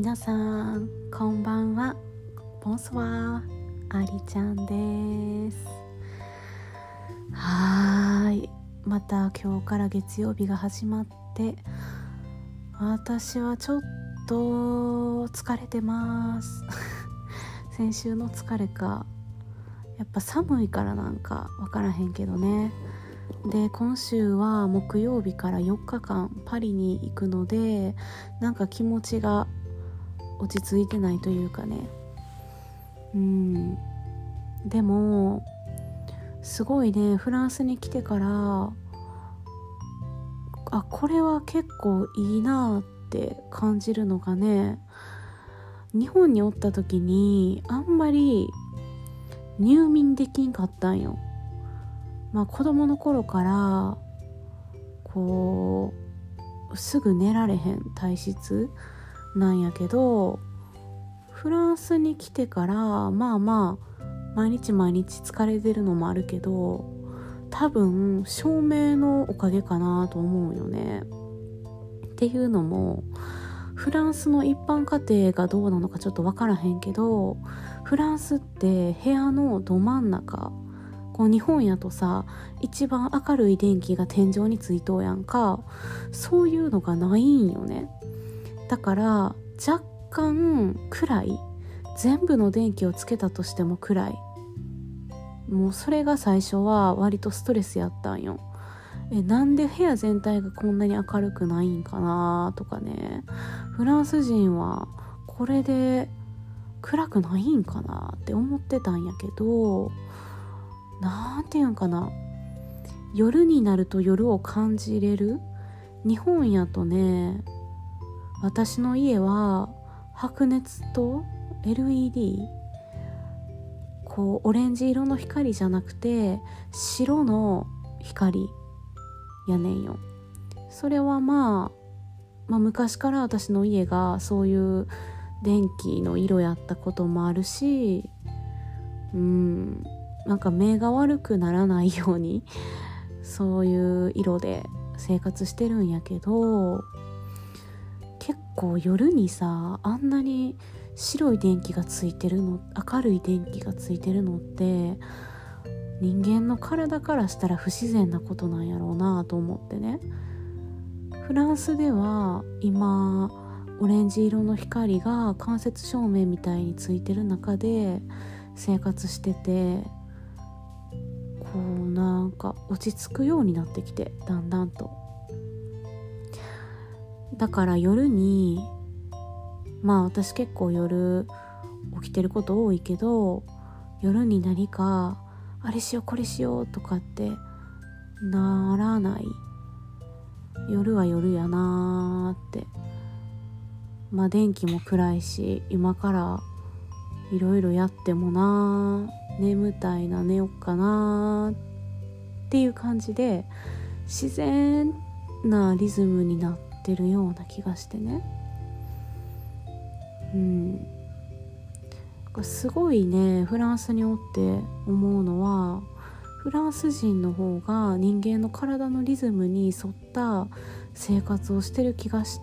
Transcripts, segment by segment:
皆さんこんばんは。ボンソワー、ありちゃんです。また今日から月曜日が始まって、私はちょっと疲れてます先週の疲れか、やっぱ寒いからなんかわからへんけどね。で、今週は木曜日から4日間パリに行くので、なんか気持ちが落ち着いてないというかね。でもすごいね、フランスに来てからこれは結構いいなって感じるのがね、日本におった時にあんまり入眠できんかったんよ。子供の頃からすぐ寝られへん体質なんやけど、フランスに来てから毎日疲れてるのもあるけど、多分照明のおかげかなと思うよね。っていうのも、フランスの一般家庭がどうなのかちょっと分からへんけど、フランスって部屋のど真ん中、日本やとさ、一番明るい電気が天井についとうやんか。そういうのがないんよね。だから若干暗い、全部の電気をつけたとしても暗い。もうそれが最初は割とストレスやったんよ。なんで部屋全体がこんなに明るくないんかなとかね。フランス人はこれで暗くないんかなって思ってたんやけど、なんていうんかな、夜になると夜を感じれる。日本やとね、私の家は白熱と LED、 オレンジ色の光じゃなくて白の光やねんよ。それは昔から私の家がそういう電気の色やったこともあるし、なんか目が悪くならないようにそういう色で生活してるんやけど、結構夜にさ、あんなに白い電気がついてるの、明るい電気がついてるのって人間の体からしたら不自然なことなんやろうなと思ってね。フランスでは今オレンジ色の光が間接照明みたいについてる中で生活してて、なんか落ち着くようになってきて、だんだんと。だから夜に私結構夜起きてること多いけど、夜に何かあれしようこれしようとかってならない。夜は夜やなーって。電気も暗いし、今からいろいろやってもな、眠たいな、寝よっかなっていう感じで、自然なリズムになってるような気がしてね。すごいね、フランスにおって思うのは、フランス人の方が人間の体のリズムに沿った生活をしてる気がして、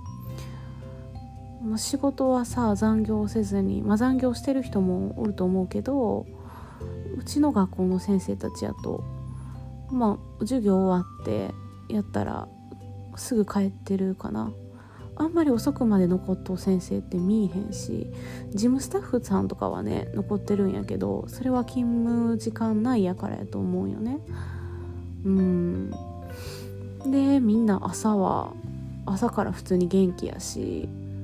仕事はさ、残業せずに、残業してる人もおると思うけど、うちの学校の先生たちやと授業終わってやったらすぐ帰ってるかな。あんまり遅くまで残っとう先生って見えへんし、事務スタッフさんとかはね残ってるんやけど、それは勤務時間内やからやと思うよね。で、みんな朝から普通に元気やし、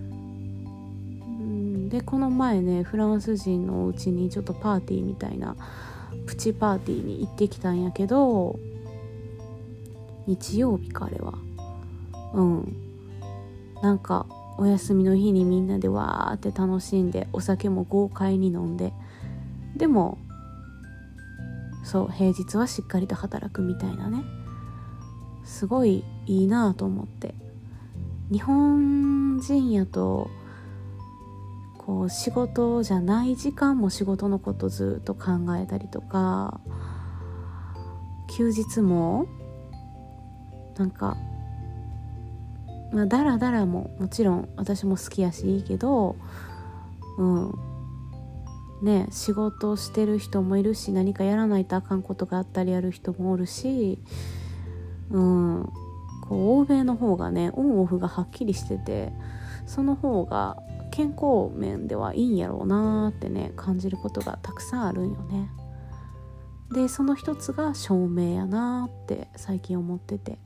でこの前ね、フランス人のうちにちょっとパーティーみたいなプチパーティーに行ってきたんやけど、日曜日かあれは。なんかお休みの日にみんなでわーって楽しんで、お酒も豪快に飲んで、でも平日はしっかりと働くみたいなね。すごいいいなと思って。日本人やと仕事じゃない時間も仕事のことずっと考えたりとか、休日もなんかダラダラももちろん私も好きやしいいけど、ね、仕事してる人もいるし、何かやらないとあかんことがあったりやる人もおるし、こう欧米の方がねオンオフがはっきりしてて、その方が健康面ではいいんやろうなってね感じることがたくさんあるんよね。でその一つが照明やなって最近思ってて、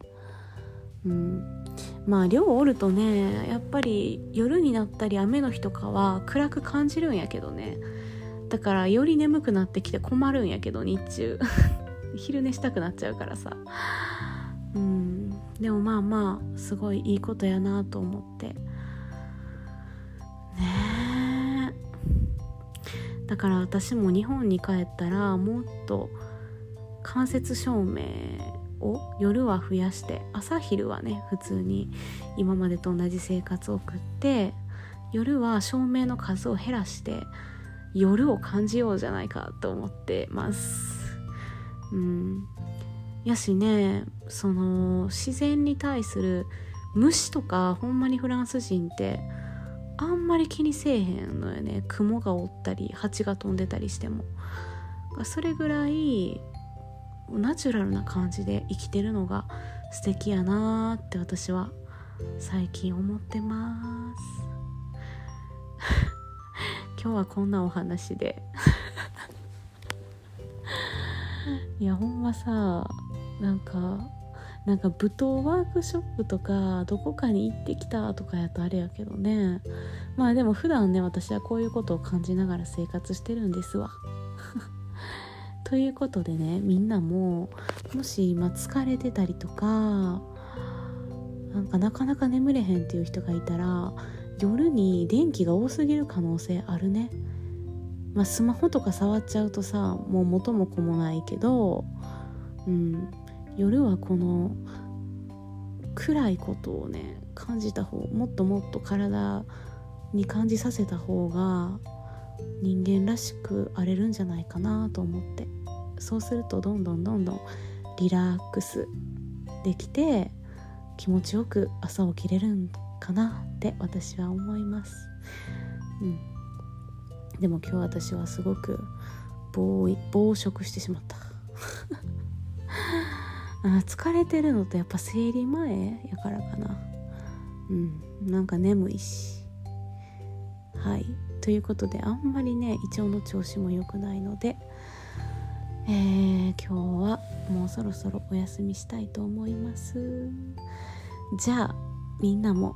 まあ寮おるとねやっぱり夜になったり雨の日とかは暗く感じるんやけどね、だからより眠くなってきて困るんやけど日中昼寝したくなっちゃうからさ、でもまあまあすごいいいことやなと思ってね。だから私も日本に帰ったらもっと間接照明を夜は増やして、朝昼はね普通に今までと同じ生活を送って、夜は照明の数を減らして夜を感じようじゃないかと思ってます。やしね、その自然に対する虫とかほんまにフランス人ってあんまり気にせえへんのよね。雲がおったり蜂が飛んでたりしても、それぐらいナチュラルな感じで生きてるのが素敵やなって私は最近思ってます今日はこんなお話でいやほんまさ、なんか舞踏ワークショップとかどこかに行ってきたとかやとあれやけどね、まあでも普段ね私はこういうことを感じながら生活してるんですわということでね、みんなももし今疲れてたりとかなかなか眠れへんっていう人がいたら、夜に電気が多すぎる可能性あるね。スマホとか触っちゃうとさ、もう元も子もないけど、夜はこの暗いことをね感じた方、もっともっと体に感じさせた方が人間らしくあれるんじゃないかなと思って、そうするとどんどんリラックスできて気持ちよく朝起きれるんかなって私は思います。でも今日私はすごく暴食してしまった疲れてるのとやっぱ生理前やからかな。なんか眠いし、ということであんまりね胃腸の調子も良くないので、今日はもうそろそろお休みしたいと思います。じゃあみんなも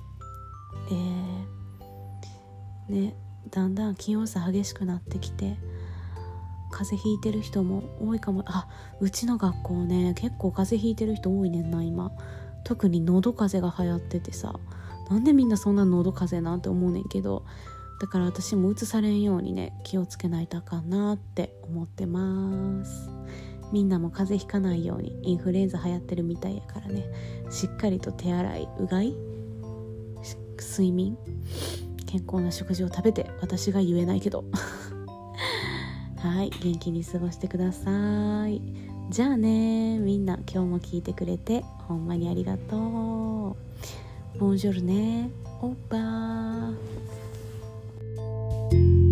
だんだん気温差激しくなってきて風邪ひいてる人も多いかも。うちの学校ね結構風邪ひいてる人多いねんな今。特に喉風邪が流行っててさ、なんでみんなそんな喉風邪なんて思うねんけど、だから私もうつされんようにね気をつけないとあかんなって思ってます。みんなも風邪ひかないように、インフルエンザ流行ってるみたいやからね、しっかりと手洗い、うがい、睡眠、健康な食事を食べて、私が言えないけど元気に過ごしてください。じゃあね、みんな今日も聞いてくれてほんまにありがとう。ボンジョルね、オッパー。